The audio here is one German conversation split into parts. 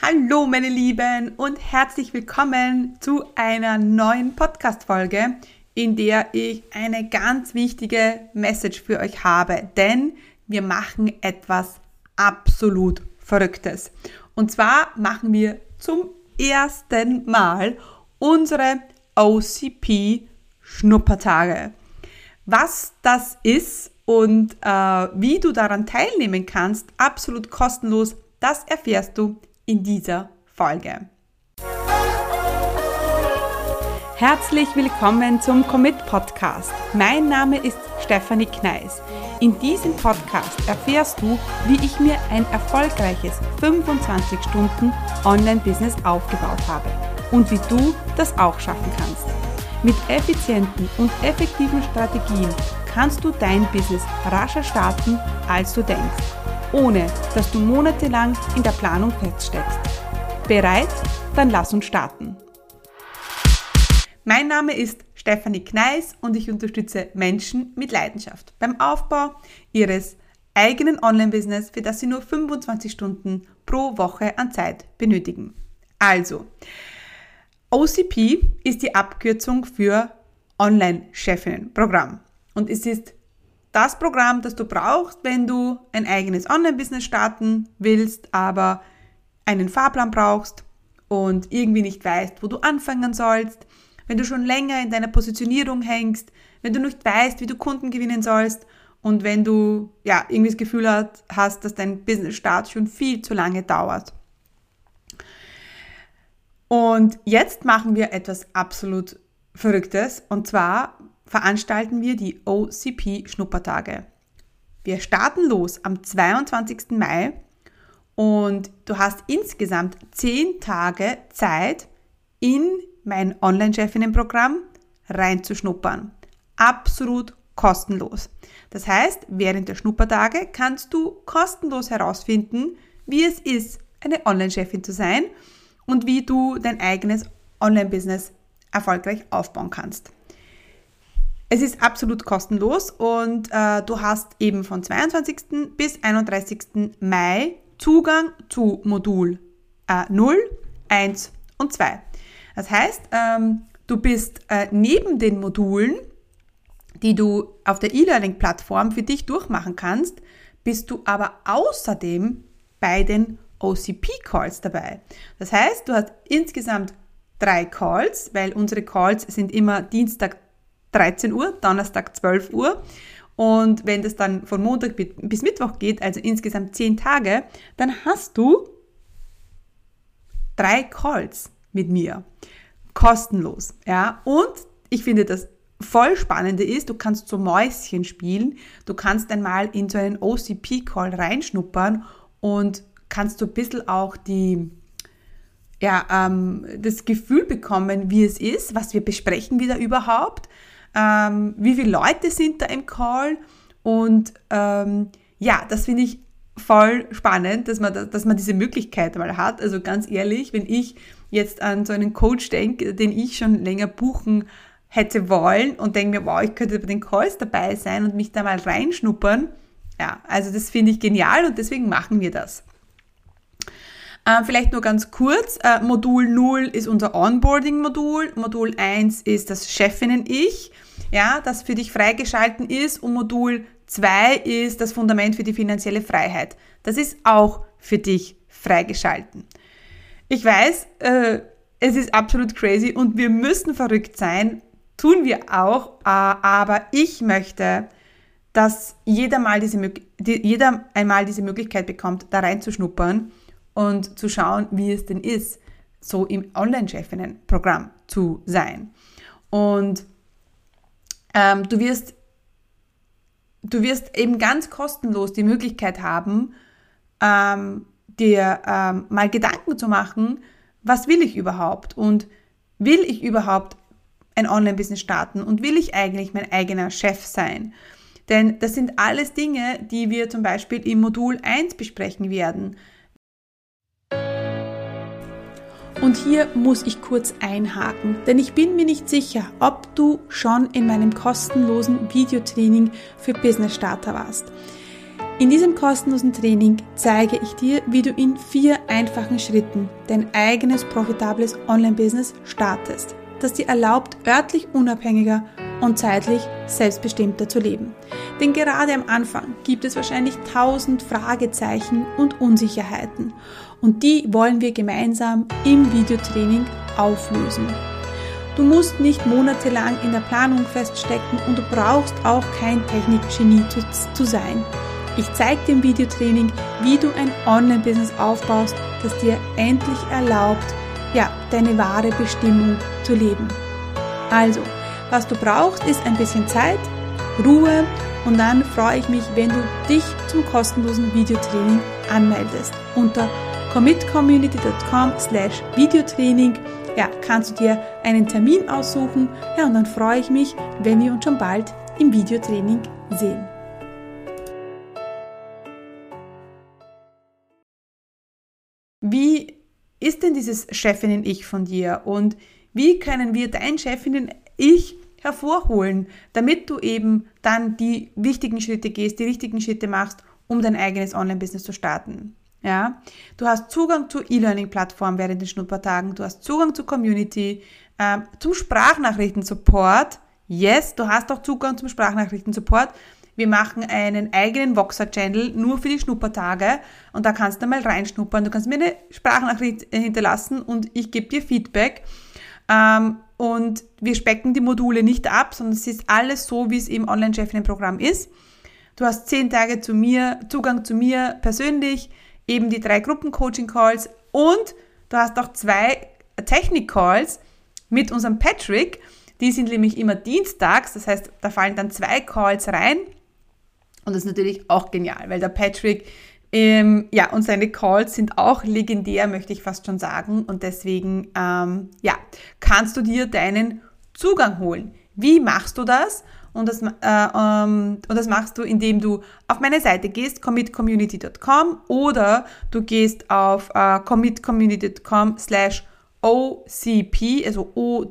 Hallo meine Lieben und herzlich willkommen zu einer neuen Podcast-Folge, in der ich eine ganz wichtige Message für euch habe, denn wir machen etwas absolut Verrücktes. Und zwar machen wir zum ersten Mal unsere OCP-Schnuppertage. Was das ist und wie du daran teilnehmen kannst, absolut kostenlos, das erfährst du in dieser Folge. Herzlich willkommen zum Commit Podcast. Mein Name ist Stefanie Kneis. In diesem Podcast erfährst du, wie ich mir ein erfolgreiches 25 Stunden Online-Business aufgebaut habe und wie du das auch schaffen kannst. Mit effizienten und effektiven Strategien kannst du dein Business rascher starten, als du denkst, ohne dass du monatelang in der Planung feststeckst. Bereit? Dann lass uns starten. Mein Name ist Stefanie Kneis und ich unterstütze Menschen mit Leidenschaft beim Aufbau ihres eigenen Online-Business, für das sie nur 25 Stunden pro Woche an Zeit benötigen. Also, OCP ist die Abkürzung für Online-Chefinnen-Programm und es ist das Programm, das du brauchst, wenn du ein eigenes Online-Business starten willst, aber einen Fahrplan brauchst und irgendwie nicht weißt, wo du anfangen sollst, wenn du schon länger in deiner Positionierung hängst, wenn du nicht weißt, wie du Kunden gewinnen sollst und wenn du irgendwie das Gefühl hast, dass dein Business-Start schon viel zu lange dauert. Und jetzt machen wir etwas absolut Verrücktes und zwar veranstalten wir die OCP-Schnuppertage. Wir starten los am 22. Mai und du hast insgesamt 10 Tage Zeit, in mein Online-Chefinnen-Programm reinzuschnuppern. Absolut kostenlos. Das heißt, während der Schnuppertage kannst du kostenlos herausfinden, wie es ist, eine Online-Chefin zu sein und wie du dein eigenes Online-Business erfolgreich aufbauen kannst. Es ist absolut kostenlos und du hast eben von 22. bis 31. Mai Zugang zu Modul 0, 1 und 2. Das heißt, du bist neben den Modulen, die du auf der E-Learning-Plattform für dich durchmachen kannst, bist du aber außerdem bei den OCP-Calls dabei. Das heißt, du hast insgesamt 3 Calls, weil unsere Calls sind immer Dienstag 13 Uhr, Donnerstag 12 Uhr. Und wenn das dann von Montag bis Mittwoch geht, also insgesamt 10 Tage, dann hast du 3 Calls mit mir. Kostenlos. Ja? Und ich finde, das voll Spannende ist, du kannst so Mäuschen spielen, du kannst einmal in so einen OCP-Call reinschnuppern und kannst so ein bisschen auch das Gefühl bekommen, wie es ist, was wir besprechen wieder überhaupt, wie viele Leute sind da im Call und das finde ich voll spannend, dass man diese Möglichkeit mal hat. Also ganz ehrlich, wenn ich jetzt an so einen Coach denke, den ich schon länger buchen hätte wollen und denke mir, wow, ich könnte bei den Calls dabei sein und mich da mal reinschnuppern. Ja, also das finde ich genial und deswegen machen wir das. Vielleicht nur ganz kurz, Modul 0 ist unser Onboarding-Modul, Modul 1 ist das Chefinnen-Ich, ja, das für dich freigeschalten ist und Modul 2 ist das Fundament für die finanzielle Freiheit. Das ist auch für dich freigeschalten. Ich weiß, es ist absolut crazy und wir müssen verrückt sein, tun wir auch, aber ich möchte, dass jeder einmal diese Möglichkeit bekommt, da reinzuschnuppern und zu schauen, wie es denn ist, so im Online-Chefinnen-Programm zu sein. Und du wirst eben ganz kostenlos die Möglichkeit haben, dir mal Gedanken zu machen, was will ich überhaupt und will ich überhaupt ein Online-Business starten und will ich eigentlich mein eigener Chef sein? Denn das sind alles Dinge, die wir zum Beispiel im Modul 1 besprechen werden. Und hier muss ich kurz einhaken, denn ich bin mir nicht sicher, ob du schon in meinem kostenlosen Videotraining für Business Starter warst. In diesem kostenlosen Training zeige ich dir, wie du in 4 einfachen Schritten dein eigenes profitables Online-Business startest, das dir erlaubt, örtlich unabhängiger und zeitlich selbstbestimmter zu leben. Denn gerade am Anfang gibt es wahrscheinlich 1000 Fragezeichen und Unsicherheiten und die wollen wir gemeinsam im Videotraining auflösen. Du musst nicht monatelang in der Planung feststecken und du brauchst auch kein Technikgenie zu sein. Ich zeige dir im Videotraining, wie du ein Online-Business aufbaust, das dir endlich erlaubt, deine wahre Bestimmung zu leben. Also, was du brauchst, ist ein bisschen Zeit, Ruhe und dann freue ich mich, wenn du dich zum kostenlosen Videotraining anmeldest. Unter commitcommunity.com/Videotraining kannst du dir einen Termin aussuchen und dann freue ich mich, wenn wir uns schon bald im Videotraining sehen. Wie ist denn dieses Chefinnen-Ich von dir und wie können wir dein Chefinnen-Ich hervorholen, damit du eben dann die wichtigen Schritte gehst, die richtigen Schritte machst, um dein eigenes Online-Business zu starten? Ja? Du hast Zugang zur E-Learning-Plattform während den Schnuppertagen, du hast Zugang zur Community, zum Sprachnachrichten-Support. Yes, du hast auch Zugang zum Sprachnachrichten-Support. Wir machen einen eigenen Voxer-Channel nur für die Schnuppertage und da kannst du mal reinschnuppern. Du kannst mir eine Sprachnachricht hinterlassen und ich gebe dir Feedback. Und wir specken die Module nicht ab, sondern es ist alles so, wie es im Online-Chefinnen-Programm ist. Du hast 10 Tage Zugang zu mir persönlich, eben die 3 Gruppen-Coaching-Calls und du hast auch 2 Technik-Calls mit unserem Patrick. Die sind nämlich immer dienstags, das heißt, da fallen dann 2 Calls rein. Und das ist natürlich auch genial, weil der Patrick, und seine Calls sind auch legendär, möchte ich fast schon sagen. Und deswegen, kannst du dir deinen Zugang holen. Wie machst du das? Und das machst du, indem du auf meine Seite gehst, commitcommunity.com oder du gehst auf commitcommunity.com/OCP, also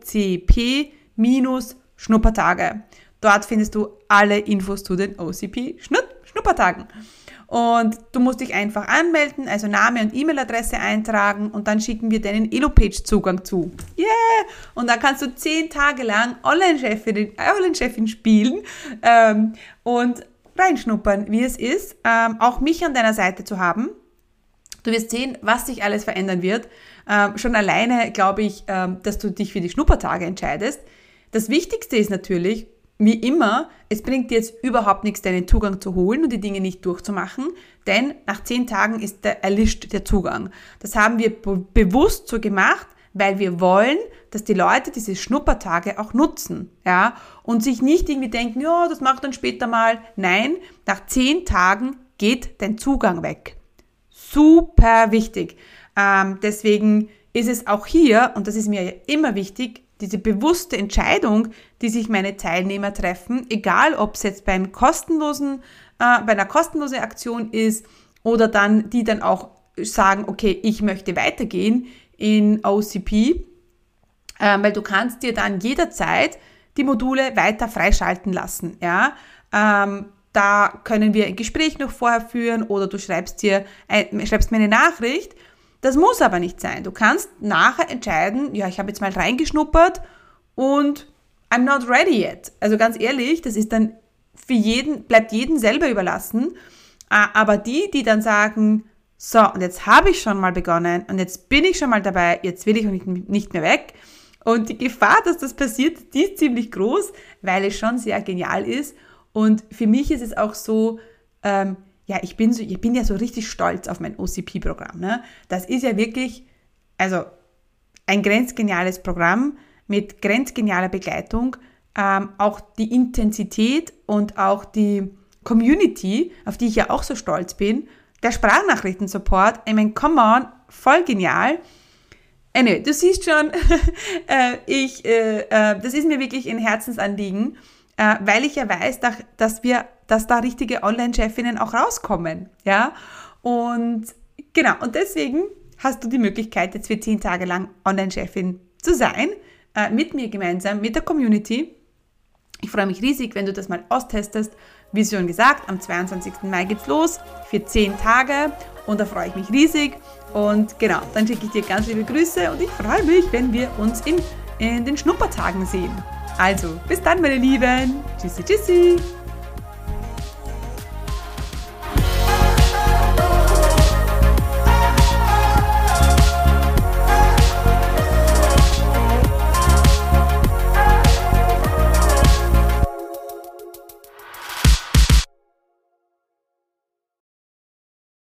OCP-Schnuppertage. Dort findest du alle Infos zu den OCP-Schnuppertagen. Und du musst dich einfach anmelden, also Name und E-Mail-Adresse eintragen und dann schicken wir deinen Elo-Page-Zugang zu. Yeah! Und dann kannst du 10 Tage lang Online-Chefin spielen und reinschnuppern, wie es ist, auch mich an deiner Seite zu haben. Du wirst sehen, was sich alles verändern wird. Schon alleine glaube ich, dass du dich für die Schnuppertage entscheidest. Das Wichtigste ist natürlich, wie immer, es bringt dir jetzt überhaupt nichts, deinen Zugang zu holen und die Dinge nicht durchzumachen, denn nach 10 Tagen erlischt der Zugang. Das haben wir bewusst so gemacht, weil wir wollen, dass die Leute diese Schnuppertage auch nutzen, und sich nicht irgendwie denken, ja, das macht dann später mal. Nein, nach 10 Tagen geht dein Zugang weg. Super wichtig. Deswegen ist es auch hier, und das ist mir ja immer wichtig, diese bewusste Entscheidung, die sich meine Teilnehmer treffen, egal ob es jetzt bei einer kostenlosen Aktion ist oder dann, die dann auch sagen, okay, ich möchte weitergehen in OCP, weil du kannst dir dann jederzeit die Module weiter freischalten lassen, Da können wir ein Gespräch noch vorher führen oder du schreibst mir eine Nachricht. Das muss aber nicht sein. Du kannst nachher entscheiden, ich habe jetzt mal reingeschnuppert und I'm not ready yet. Also ganz ehrlich, das ist dann bleibt jedem selber überlassen. Aber die dann sagen, so, und jetzt habe ich schon mal begonnen und jetzt bin ich schon mal dabei, jetzt will ich nicht mehr weg. Und die Gefahr, dass das passiert, die ist ziemlich groß, weil es schon sehr genial ist. Und für mich ist es auch so, ich bin ja so richtig stolz auf mein OCP-Programm. Ne? Das ist ja wirklich, also ein grenzgeniales Programm mit grenzgenialer Begleitung. Auch die Intensität und auch die Community, auf die ich ja auch so stolz bin. Der Sprachnachrichten-Support, I mean, come on, voll genial. Anyway, du siehst schon, das ist mir wirklich ein Herzensanliegen, weil ich ja weiß, dass da richtige Online-Chefinnen auch rauskommen, und genau, und deswegen hast du die Möglichkeit, jetzt für 10 Tage lang Online-Chefin zu sein, mit mir gemeinsam, mit der Community. Ich freue mich riesig, wenn du das mal austestest. Wie schon gesagt, am 22. Mai geht's los für 10 Tage und da freue ich mich riesig. Und genau, dann schicke ich dir ganz liebe Grüße und ich freue mich, wenn wir uns in den Schnuppertagen sehen. Also, bis dann, meine Lieben. Tschüssi, tschüssi.